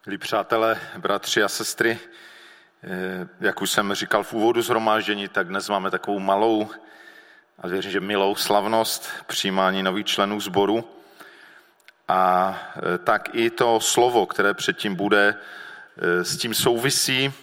Milí přátelé, bratři a sestry, jak už jsem říkal v úvodu shromáždění, tak dnes máme takovou malou, a věřím, že milou slavnost přijímání nových členů sboru. A tak i to slovo, které předtím bude, s tím souvisí.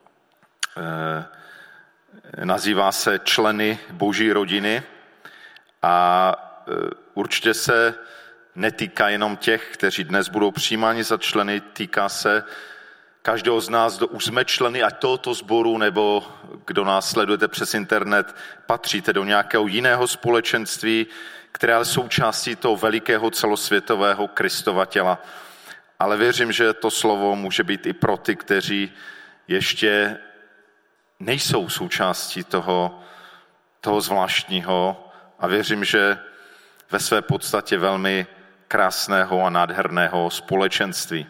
Nazývá se členy Boží rodiny a určitě se netýká jenom těch, kteří dnes budou přijímáni za členy, týká se každého z nás, kdo už jsme členy ať tohoto sboru, nebo kdo nás sledujete přes internet, patříte do nějakého jiného společenství, které je součástí toho velikého celosvětového Kristova těla. Ale věřím, že to slovo může být i pro ty, kteří ještě nejsou součástí toho zvláštního a věřím, že ve své podstatě velmi krásného a nádherného společenství.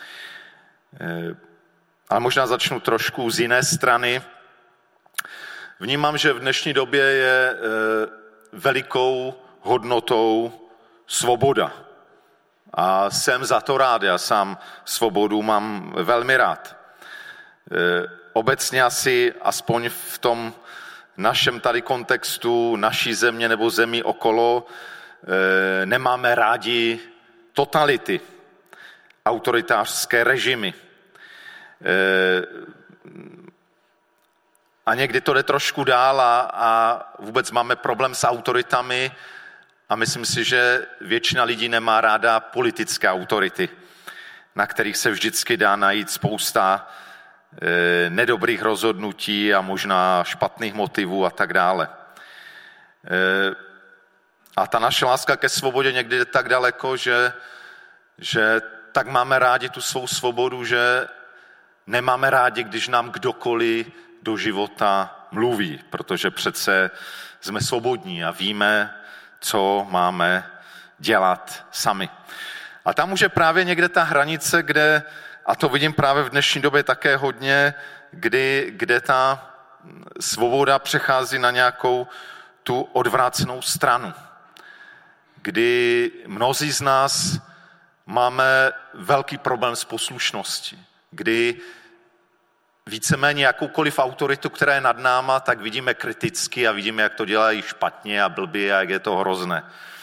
Ale možná začnu trošku z jiné strany. Vnímám, že v dnešní době je velikou hodnotou svoboda. A jsem za to rád, já sám svobodu mám velmi rád. Obecně asi, aspoň v tom našem tady kontextu, naší země nebo zemí okolo, nemáme rádi totality, autoritářské režimy. A někdy to jde trošku dál a vůbec máme problém s autoritami a myslím si, že většina lidí nemá ráda politické autority, na kterých se vždycky dá najít spousta nedobrých rozhodnutí a možná špatných motivů a tak dále. A ta naše láska ke svobodě někdy jde tak daleko, že tak máme rádi tu svou svobodu, že nemáme rádi, když nám kdokoliv do života mluví, protože přece jsme svobodní a víme, co máme dělat sami. A tam už je právě někde ta hranice, kde, a to vidím právě v dnešní době také hodně, kde ta svoboda přechází na nějakou tu odvrácenou stranu. Kdy mnozí z nás máme velký problém s poslušností, kdy víceméně jakoukoliv autoritu, která je nad náma, tak vidíme kriticky a vidíme, jak to dělají špatně a blbě a jak je to hrozné.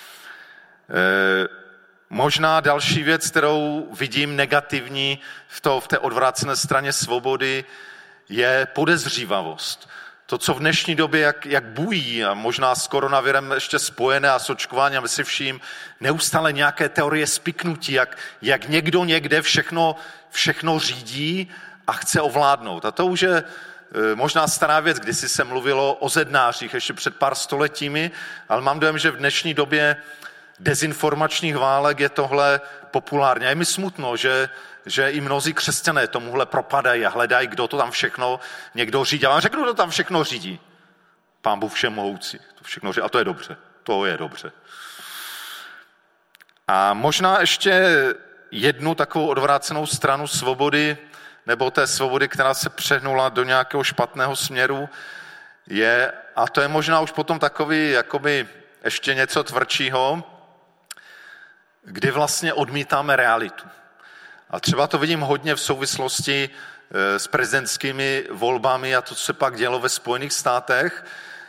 Možná další věc, kterou vidím negativní v té odvrácené straně svobody, je podezřívavost. To, co v dnešní době, jak bují a možná s koronavirem ještě spojené a s očkováním, si vším, neustále nějaké teorie spiknutí, jak někdo někde všechno řídí a chce ovládnout. A to už je možná stará věc, kdysi se mluvilo o zednářích ještě před pár stoletími, ale mám dojem, že v dnešní době dezinformačních válek je tohle populárně. A je mi smutno, že i mnozí křesťané tomuhle propadají a hledají, kdo to tam všechno někdo řídí. A vám řeknu, kdo to tam všechno řídí. Pán Bůh všemohoucí. To všechno řídí. A to je dobře. To je dobře. A možná ještě jednu takovou odvrácenou stranu svobody, nebo té svobody, která se přehnula do nějakého špatného směru, je, a to je možná už potom takový jakoby ještě něco tvrdšího, kdy vlastně odmítáme realitu. A třeba to vidím hodně v souvislosti s prezidentskými volbami a to, co se pak dělo ve Spojených státech.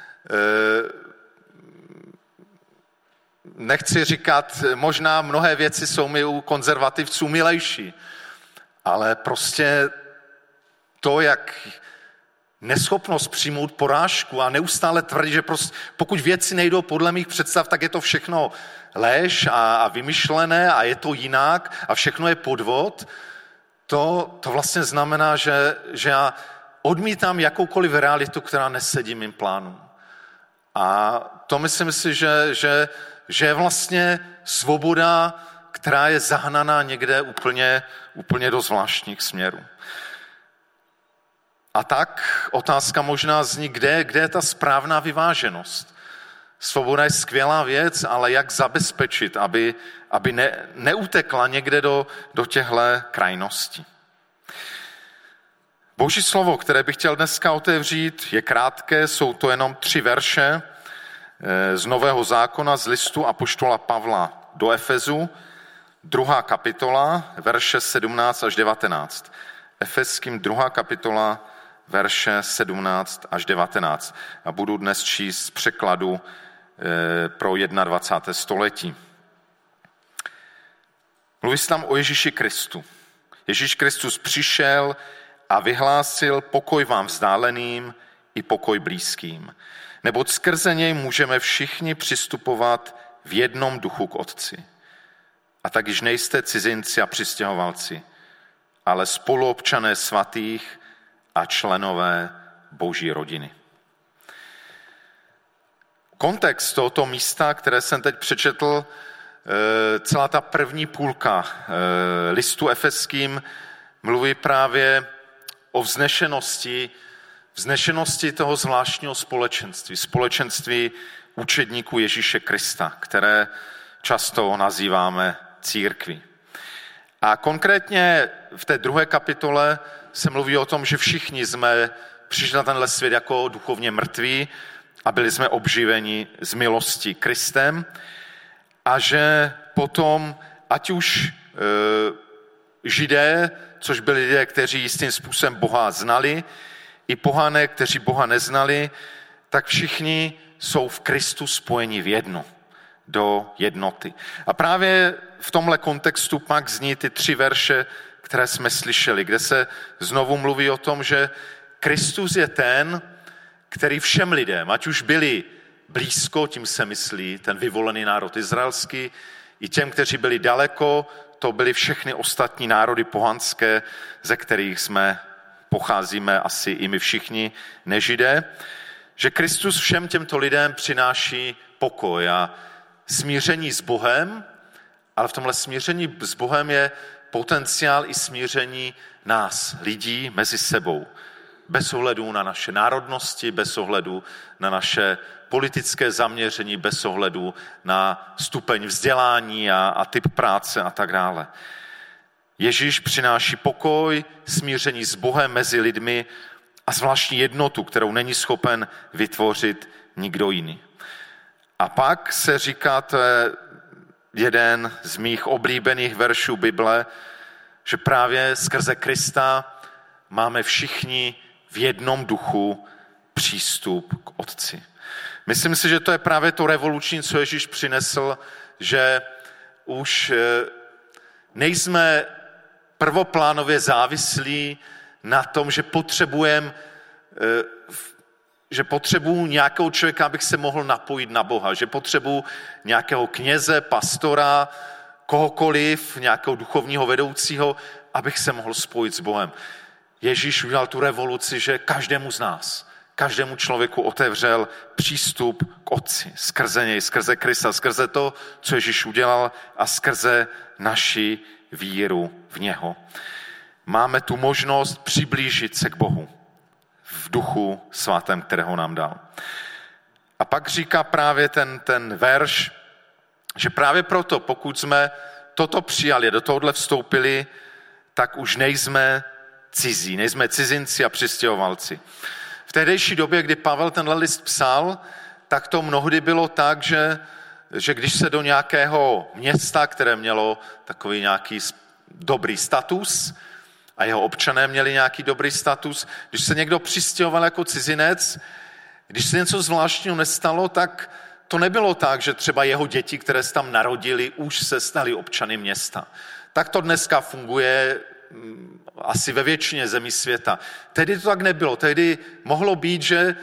Nechci říkat, možná mnohé věci jsou mi u konzervativců milejší, ale prostě to, jak neschopnost přijmout porážku a neustále tvrdit, že prostě, pokud věci nejdou podle mých představ, tak je to všechno lež a vymyšlené a je to jinak a všechno je podvod, to vlastně znamená, že já odmítám jakoukoliv realitu, která nesedí mým plánům. A to myslím si, že je vlastně svoboda, která je zahnaná někde úplně do zvláštních směrů. A tak otázka možná zní, kde je ta správná vyváženost. Svoboda je skvělá věc, ale jak zabezpečit, aby neutekla někde do těchto krajností. Boží slovo, které bych chtěl dneska otevřít, je krátké, jsou to jenom 3 verše z Nového zákona, z listu apoštola Pavla do Efezu. 2. kapitola, verše 17 až 19. Efeským 2. kapitola, verše 17 až 19. A budu dnes číst z překladu pro 21. století. Mluví se tam o Ježíši Kristu. Ježíš Kristus přišel a vyhlásil pokoj vám vzdáleným i pokoj blízkým. Neboť skrze něj můžeme všichni přistupovat v jednom duchu k Otci. A tak již nejste cizinci a přistěhovalci, ale spoluobčané svatých a členové Boží rodiny. Kontext tohoto místa, které jsem teď přečetl, celá ta první půlka listu efeským mluví právě o vznešenosti toho zvláštního společenství učedníků Ježíše Krista, které často nazýváme církví. A konkrétně v té 2. kapitole se mluví o tom, že všichni jsme přišli na tenhle svět jako duchovně mrtví a byli jsme obživeni z milosti Kristem a že potom, ať už Židé, což byli lidé, kteří jistým způsobem Boha znali, i pohané, kteří Boha neznali, tak všichni jsou v Kristu spojeni v jedno, do jednoty. A právě v tomhle kontextu pak zní ty 3 verše, které jsme slyšeli, kde se znovu mluví o tom, že Kristus je ten, který všem lidem, ať už byli blízko, tím se myslí ten vyvolený národ izraelský, i těm, kteří byli daleko, to byly všechny ostatní národy pohanské, ze kterých pocházíme asi i my všichni nežidé, že Kristus všem těmto lidem přináší pokoj a smíření s Bohem, ale v tomhle smíření s Bohem je potenciál i smíření nás, lidí, mezi sebou. Bez ohledu na naše národnosti, bez ohledu na naše politické zaměření, bez ohledu na stupeň vzdělání a typ práce a tak dále. Ježíš přináší pokoj, smíření s Bohem mezi lidmi a zvláštní jednotu, kterou není schopen vytvořit nikdo jiný. A pak se říká, to je jeden z mých oblíbených veršů Bible, že právě skrze Krista máme všichni v jednom duchu přístup k Otci. Myslím si, že to je právě to revoluční, co Ježíš přinesl, že už nejsme prvoplánově závislí na tom, že potřebuju nějakého člověka, abych se mohl napojit na Boha, že potřebuju nějakého kněze, pastora, kohokoliv, nějakého duchovního vedoucího, abych se mohl spojit s Bohem. Ježíš udělal tu revoluci, že každému z nás, každému člověku otevřel přístup k Otci, skrze něj, skrze Krista, skrze to, co Ježíš udělal a skrze naši víru v něho. Máme tu možnost přiblížit se k Bohu v duchu svatém, kterého nám dal. A pak říká právě ten verš, že právě proto, pokud jsme toto přijali, do tohohle vstoupili, tak už nejsme cizí, nejsme cizinci a přistěhovalci. V tehdejší době, kdy Pavel tenhle list psal, tak to mnohdy bylo tak, že když se do nějakého města, které mělo takový nějaký dobrý status a jeho občané měli nějaký dobrý status, když se někdo přistěhoval jako cizinec, když se něco zvláštního nestalo, tak to nebylo tak, že třeba jeho děti, které se tam narodili, už se staly občany města. Tak to dneska funguje asi ve většině zemí světa. Tehdy to tak nebylo. Tehdy mohlo být, že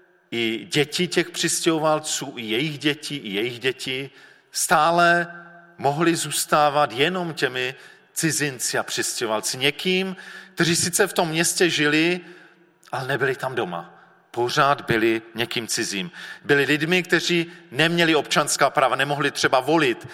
i děti těch přistěhovalců, i jejich děti stále mohli zůstávat jenom těmi cizinci a přistěhovalci. Někým, kteří sice v tom městě žili, ale nebyli tam doma. Pořád byli někým cizím. Byli lidmi, kteří neměli občanská práva, nemohli třeba volit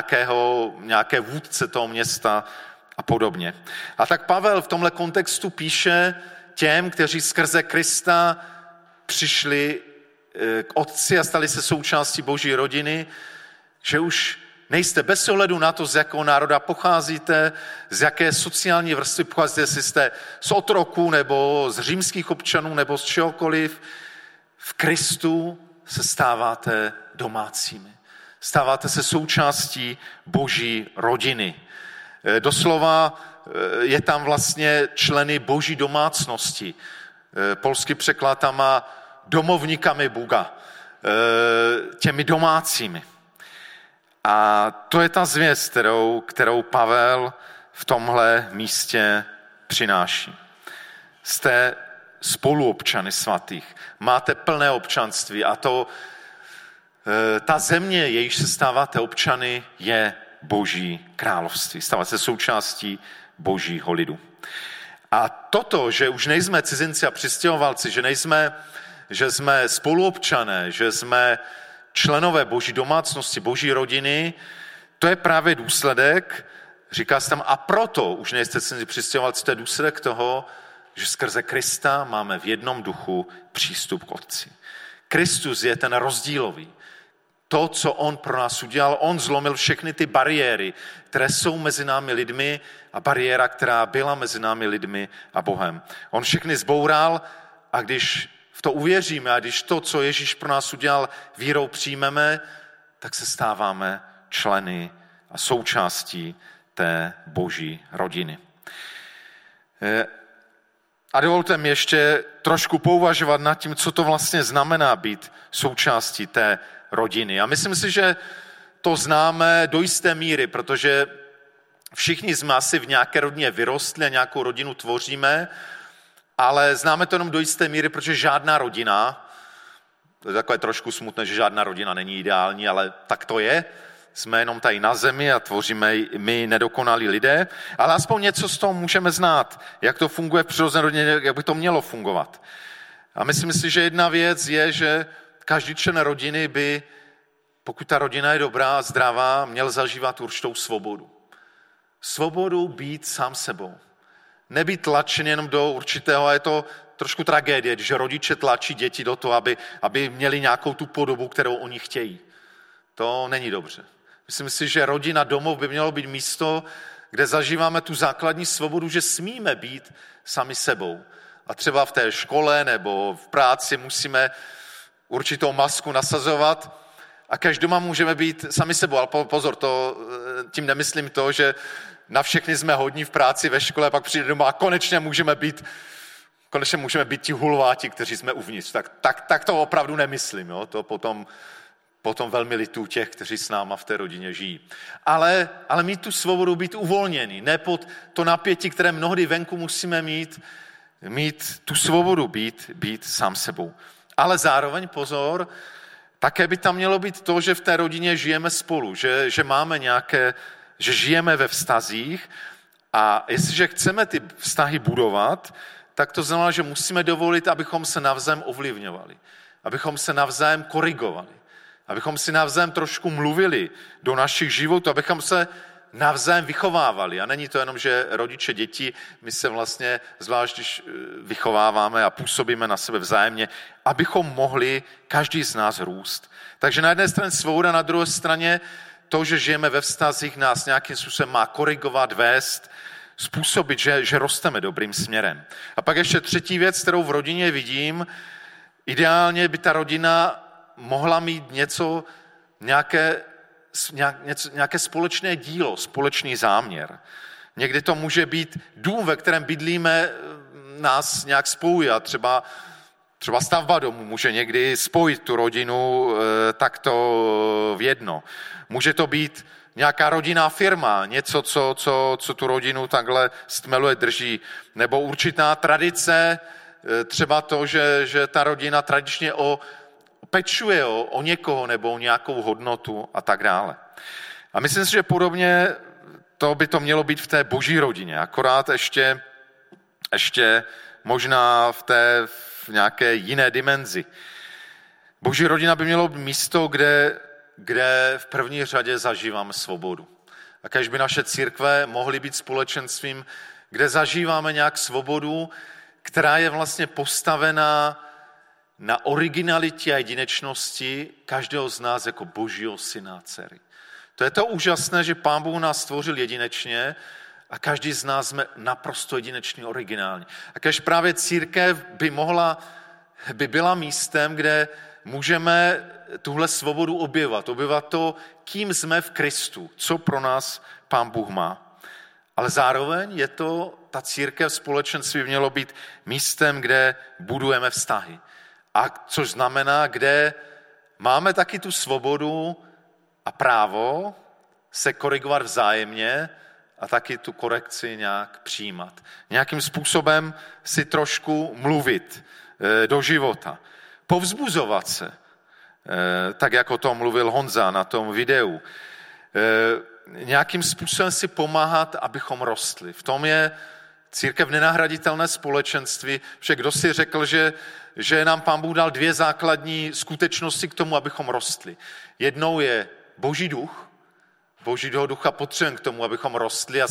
nějaké vůdce toho města a podobně. A tak Pavel v tomhle kontextu píše těm, kteří skrze Krista přišli k Otci a stali se součástí Boží rodiny, že už nejste bez ohledu na to, z jakého národa pocházíte, z jaké sociální vrstvy pocházíte, jestli jste z otroků nebo z římských občanů nebo z čehokoliv. V Kristu se stáváte domácími. Stáváte se součástí Boží rodiny. Doslova je tam vlastně členy Boží domácnosti. Polský překlad tam má domovníkami Boga, těmi domácími. A to je ta zvěst, kterou Pavel v tomhle místě přináší. Jste spoluobčany svatých, máte plné občanství a ta země, jejíž se stáváte občany, je Boží království. Stáváte se součástí Božího lidu. A toto, že už nejsme cizinci a přistěhovalci, že jsme spoluobčané, že jsme členové Boží domácnosti, Boží rodiny, to je právě důsledek, říká se tam, a proto už nejste cizinci přistěhovalci, to je důsledek toho, že skrze Krista máme v jednom duchu přístup k Otci. Kristus je ten rozdílový. To, co on pro nás udělal, on zlomil všechny ty bariéry, které jsou mezi námi lidmi a bariéra, která byla mezi námi lidmi a Bohem. On všechny zboural a když v to uvěříme a když to, co Ježíš pro nás udělal, vírou přijmeme, tak se stáváme členy a součástí té Boží rodiny. A dovolte mi ještě trošku pouvažovat nad tím, co to vlastně znamená být součástí té rodiny. A myslím si, že to známe do jisté míry, protože všichni jsme asi v nějaké rodině vyrostli a nějakou rodinu tvoříme, ale známe to jenom do jisté míry, protože žádná rodina, to je takové trošku smutné, že žádná rodina není ideální, ale tak to je, jsme jenom tady na zemi a tvoříme my nedokonalí lidé, ale aspoň něco z toho můžeme znát, jak to funguje v přirozené rodině, jak by to mělo fungovat. A myslím si, že jedna věc je, že každý člen rodiny by, pokud ta rodina je dobrá a zdravá, měl zažívat určitou svobodu. Svobodu být sám sebou. Nebýt tlačen jenom do určitého, a je to trošku tragédie, když rodiče tlačí děti do toho, aby měli nějakou tu podobu, kterou oni chtějí. To není dobře. Myslím si, že rodina, domov by mělo být místo, kde zažíváme tu základní svobodu, že smíme být sami sebou. A třeba v té škole nebo v práci musíme určitou masku nasazovat a každý doma můžeme být sami sebou. Ale pozor, tím nemyslím to, že na všechny jsme hodní v práci, ve škole, pak přijde doma a konečně můžeme být ti hulváti, kteří jsme uvnitř. Tak to opravdu nemyslím. Jo? To potom velmi lituju těch, kteří s náma v té rodině žijí. Ale mít tu svobodu, být uvolněný, ne pod to napětí, které mnohdy venku musíme mít tu svobodu, být sám sebou. Ale zároveň pozor, také by tam mělo být to, že v té rodině žijeme spolu, že máme že žijeme ve vztazích a jestliže chceme ty vztahy budovat, tak to znamená, že musíme dovolit, abychom se navzájem ovlivňovali, abychom se navzájem korigovali, abychom si navzájem trošku mluvili do našich životů, abychom se navzájem vychovávali. A není to jenom, že rodiče, děti, my se vlastně, zvlášť když vychováváme a působíme na sebe vzájemně, abychom mohli každý z nás růst. Takže na jedné straně svoboda, na druhé straně to, že žijeme ve vztazích, nás nějakým způsobem má korigovat, vést, způsobit, že rosteme dobrým směrem. A pak ještě třetí věc, kterou v rodině vidím, ideálně by ta rodina mohla mít nějaké společné dílo, společný záměr. Někdy to může být dům, ve kterém bydlíme, nás nějak spojuje a třeba stavba domu může někdy spojit tu rodinu takto v jedno. Může to být nějaká rodinná firma, něco, co tu rodinu takhle stmeluje, drží, nebo určitá tradice, třeba to, že ta rodina tradičně pečuje o někoho nebo o nějakou hodnotu a tak dále. A myslím si, že podobně to by to mělo být v té boží rodině, akorát ještě možná v nějaké jiné dimenzi. Boží rodina by mělo být místo, kde v první řadě zažíváme svobodu. A kéž by naše církve mohly být společenstvím, kde zažíváme nějak svobodu, která je vlastně postavená na originalitě a jedinečnosti každého z nás jako božího syna a dcery. To je to úžasné, že Pán Bůh nás stvořil jedinečně a každý z nás jsme naprosto jedinečný, originální. A kéž právě církev by byla místem, můžeme tuhle svobodu objevovat to, kým jsme v Kristu, co pro nás Pán Bůh má. Ale zároveň je to, ta církev, společenství mělo být místem, kde budujeme vztahy. A což znamená, kde máme taky tu svobodu a právo se korigovat vzájemně a taky tu korekci nějak přijímat. Nějakým způsobem si trošku mluvit do života. Povzbuzovat se, tak jako o tom mluvil Honza na tom videu. Nějakým způsobem si pomáhat, abychom rostli. V tom je církev nenahraditelné společenství, že kdo si řekl, že nám Pán Bůh dal 2 základní skutečnosti k tomu, abychom rostli. Jednou je Boží duch. Božího ducha potřebujeme k tomu, abychom rostli a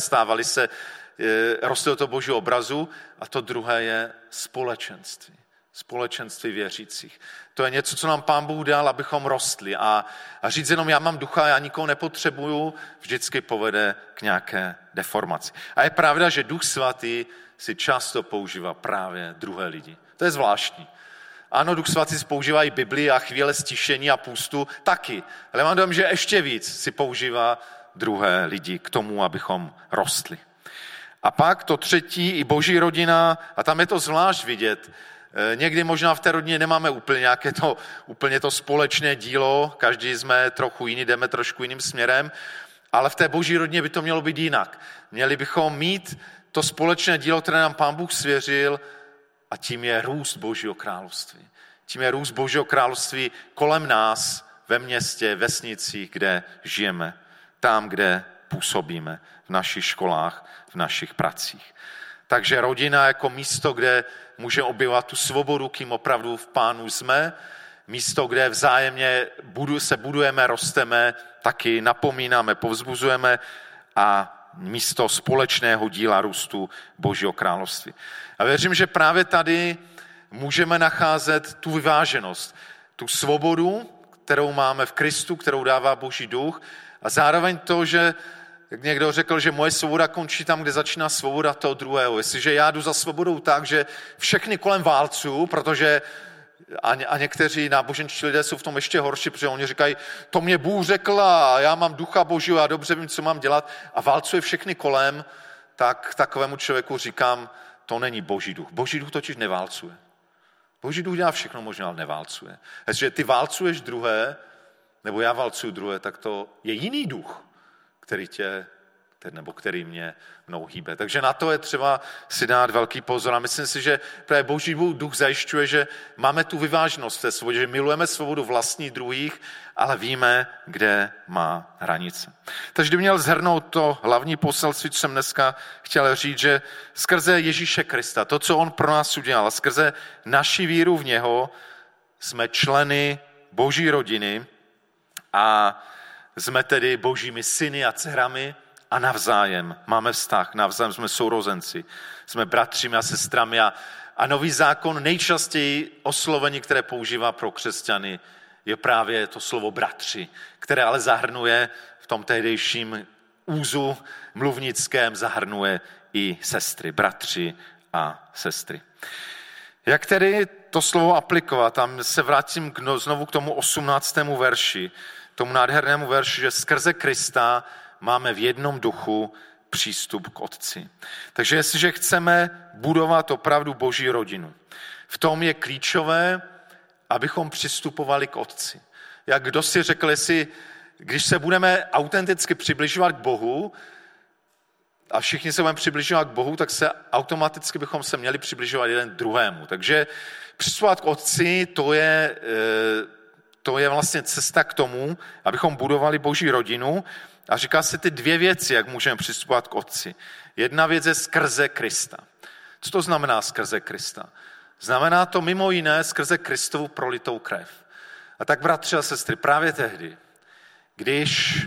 rostli do toho Božího obrazu. A to druhé je společenství. Společenství věřících. To je něco, co nám Pán Bůh dal, abychom rostli. A říct jenom, já mám ducha, já nikoho nepotřebuju, vždycky povede k nějaké deformaci. A je pravda, že Duch Svatý si často používá právě druhé lidi. To je zvláštní. Ano, Duch Svatý si používá i Biblii a chvíle stišení a půstu taky. Ale mám dojem, že ještě víc si používá druhé lidi k tomu, abychom rostli. A pak to třetí, i Boží rodina, a tam je to zvlášť vidět. Někdy možná v té rodině nemáme úplně to společné dílo, každý jsme trochu jiný, jdeme trošku jiným směrem, ale v té Boží rodině by to mělo být jinak. Měli bychom mít to společné dílo, které nám Pán Bůh svěřil, a tím je růst Božího království. Tím je růst Božího království kolem nás, ve městě, vesnicích, kde žijeme, tam, kde působíme, v našich školách, v našich pracích. Takže rodina jako místo, kde můžeme objevovat tu svobodu, kým opravdu v Pánu jsme, místo, kde vzájemně se budujeme, rosteme, taky napomínáme, povzbuzujeme a místo společného díla růstu Božího království. A věřím, že právě tady můžeme nacházet tu vyváženost, tu svobodu, kterou máme v Kristu, kterou dává Boží duch, a zároveň to, že jak někdo řekl, že moje svoboda končí tam, kde začíná svoboda toho druhého. Jestliže já jdu za svobodou tak, že všechny kolem válcuju, protože a někteří náboženští lidé jsou v tom ještě horší, protože oni říkají, to mě Bůh řekl a já mám ducha Božího, já dobře vím, co mám dělat, a válcuje všechny kolem, tak takovému člověku říkám, to není Boží duch. Boží duch totiž neválcuje. Boží duch dělá všechno možná, ale neválcuje. Jestliže ty válcuješ druhé, nebo já válcuju druhé, tak to je jiný duch, který mě mnou hýbe. Takže na to je třeba si dát velký pozor. A myslím si, že právě Boží duch zajišťuje, že máme tu vyváženost v té svobodě, že milujeme svobodu vlastní druhých, ale víme, kde má hranice. Takže kdyby měl shrnout to hlavní poselství, co jsem dneska chtěl říct, že skrze Ježíše Krista, to, co on pro nás udělal, skrze naši víru v něho, jsme členy Boží rodiny a jsme tedy Božími syny a dcerami a navzájem máme vztah, navzájem jsme sourozenci, jsme bratřimi a sestrami a Nový zákon nejčastěji oslovení, které používá pro křesťany, je právě to slovo bratři, které ale zahrnuje v tom tehdejším úzu mluvnickém zahrnuje i sestry, bratři a sestry. Jak tedy to slovo aplikovat? Tam se vrátím znovu k tomu 18. verši, tomu nádhernému verši, že skrze Krista máme v jednom duchu přístup k Otci. Takže jestliže chceme budovat opravdu Boží rodinu, v tom je klíčové, abychom přistupovali k Otci. Jak kdo si řekl, když se budeme autenticky přibližovat k Bohu a všichni se budeme přibližovat k Bohu, tak se automaticky bychom se měli přibližovat jeden druhému. Takže přistupovat k Otci, to je vlastně cesta k tomu, abychom budovali Boží rodinu. A říká se ty 2 věci, jak můžeme přistupovat k Otci. Jedna věc je skrze Krista. Co to znamená skrze Krista? Znamená to mimo jiné skrze Kristovu prolitou krev. A tak, bratři a sestry, právě tehdy, když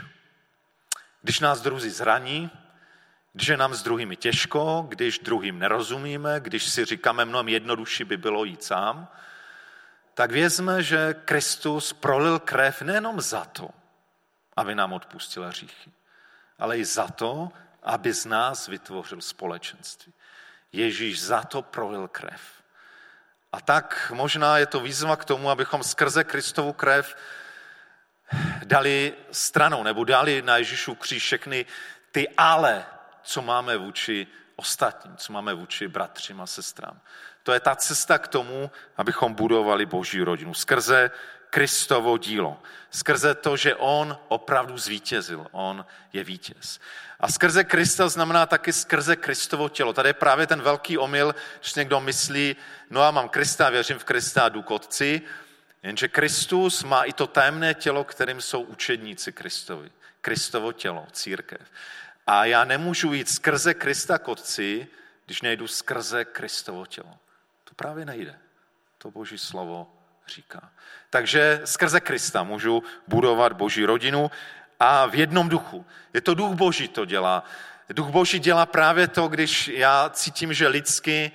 nás druzí zraní, když je nám s druhými těžko, když druhým nerozumíme, když si říkáme mnohem jednodušší by bylo jít sám, tak vězme, že Kristus prolil krev nejenom za to, aby nám odpustil hříchy, ale i za to, aby z nás vytvořil společenství. Ježíš za to prolil krev, A tak možná je to výzva k tomu, abychom skrze Kristovu krev dali stranou, nebo dali na Ježíšu kříž všechny ty ale, co máme vůči ostatním, co máme vůči bratřím a sestrám. To je ta cesta k tomu, abychom budovali Boží rodinu. Skrze Kristovo dílo. Skrze to, že on opravdu zvítězil. On je vítěz. A skrze Krista znamená taky skrze Kristovo tělo. Tady je právě ten velký omyl, když někdo myslí, no já mám Krista, věřím v Krista a jdu k Otci, jenže Kristus má i to tajemné tělo, kterým jsou učedníci Kristovi. Kristovo tělo, církev. A já nemůžu jít skrze Krista k Otci, když nejdu skrze Kristovo tělo. To právě nejde. To Boží slovo říká. Takže skrze Krista můžu budovat Boží rodinu a v jednom duchu. Je to duch Boží to dělá. Duch Boží dělá právě to, když já cítím, že lidsky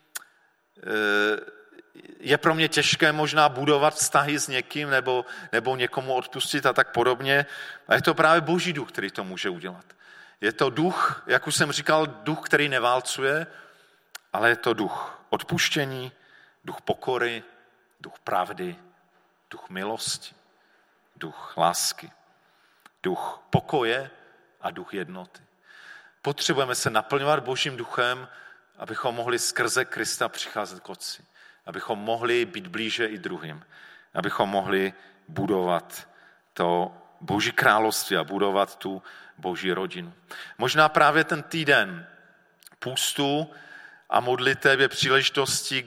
je pro mě těžké možná budovat vztahy s někým nebo někomu odpustit a tak podobně. A je to právě Boží duch, který to může udělat. Je to duch, jak už jsem říkal, duch, který neválcuje, ale je to duch odpuštění, duch pokory, duch pravdy, duch milosti, duch lásky, duch pokoje a duch jednoty. Potřebujeme se naplňovat Božím duchem, abychom mohli skrze Krista přicházet k Otci. Abychom mohli být blíže i druhým. Abychom mohli budovat to Boží království a budovat tu Boží rodinu. Možná právě ten týden půstu a modliteb je příležitostí,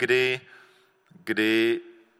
kdy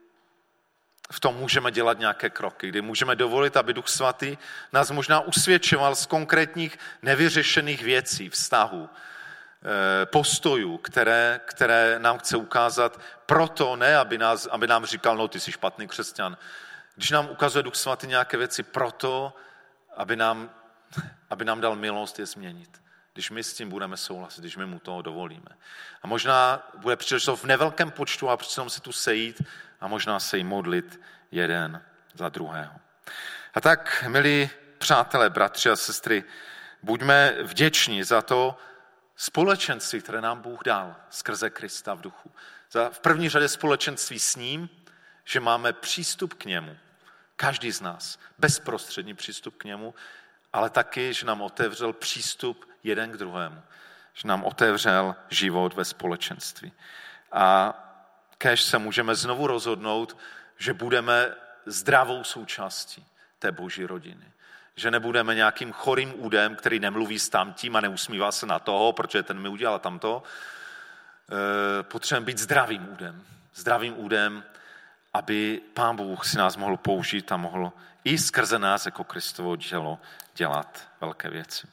v tom můžeme dělat nějaké kroky, kdy můžeme dovolit, aby Duch Svatý nás možná usvědčoval z konkrétních nevyřešených věcí, vztahů, postojů, které nám chce ukázat. Proto ne, aby nám říkal, no ty jsi špatný křesťan. Když nám ukazuje Duch Svatý nějaké věci, proto, aby nám dal milost je změnit. Když my s tím budeme souhlasit, když my mu toho dovolíme. A možná bude příležitost v nevelkém počtu a přece se tu sejít a možná se jí modlit jeden za druhého. A tak, milí přátelé, bratři a sestry, buďme vděční za to společenství, které nám Bůh dal skrze Krista v duchu. V první řadě společenství s ním, že máme přístup k němu. Každý z nás. Bezprostřední přístup k němu, ale taky, že nám otevřel přístup jeden k druhému. Že nám otevřel život ve společenství. A kéž se můžeme znovu rozhodnout, že budeme zdravou součástí té Boží rodiny. Že nebudeme nějakým chorým údem, který nemluví s tamtím a neusmívá se na toho, protože ten mi udělal tamto. Potřebujeme být zdravým údem, aby Pán Bůh si nás mohl použít a mohl i skrze nás jako Kristovo tělo dělat velké věci.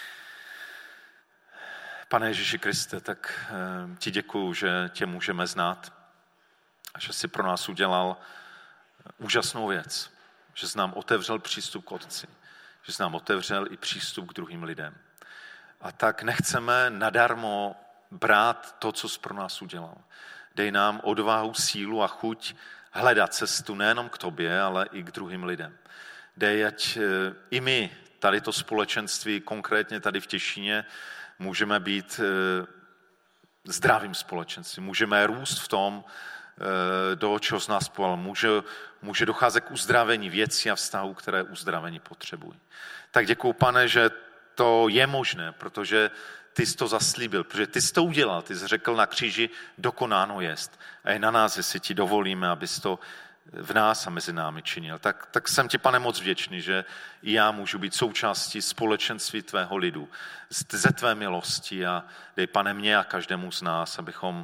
Pane Ježíši Kriste, tak ti děkuju, že tě můžeme znát a že jsi pro nás udělal úžasnou věc, že jsi nám otevřel přístup k Otci, že jsi nám otevřel i přístup k druhým lidem. A tak nechceme nadarmo brát to, co jsi pro nás udělal. Dej nám odvahu, sílu a chuť hledat cestu nejenom k tobě, ale i k druhým lidem. Dej, ať i my, tady to společenství, konkrétně tady v Těšíně, můžeme být zdravým společenstvím. Můžeme růst v tom, do čeho z nás povolal. Může docházet k uzdravení věcí a vztahů, které uzdravení potřebují. Tak děkuju, Pane, že to je možné, protože ty jsi to zaslíbil, protože ty jsi to udělal, ty jsi řekl na kříži, dokonáno jest. A je na nás, jestli ti dovolíme, abys to v nás a mezi námi činil. Tak jsem ti, Pane, moc vděčný, že i já můžu být součástí společenství tvého lidu, ze tvé milosti a dej, Pane, mě a každému z nás,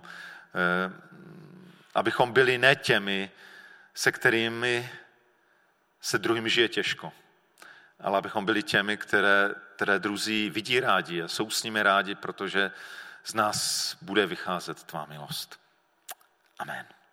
abychom byli ne těmi, se kterými se druhým žije těžko, ale abychom byli těmi, které druzí vidí rádi a jsou s nimi rádi, protože z nás bude vycházet tvá milost. Amen.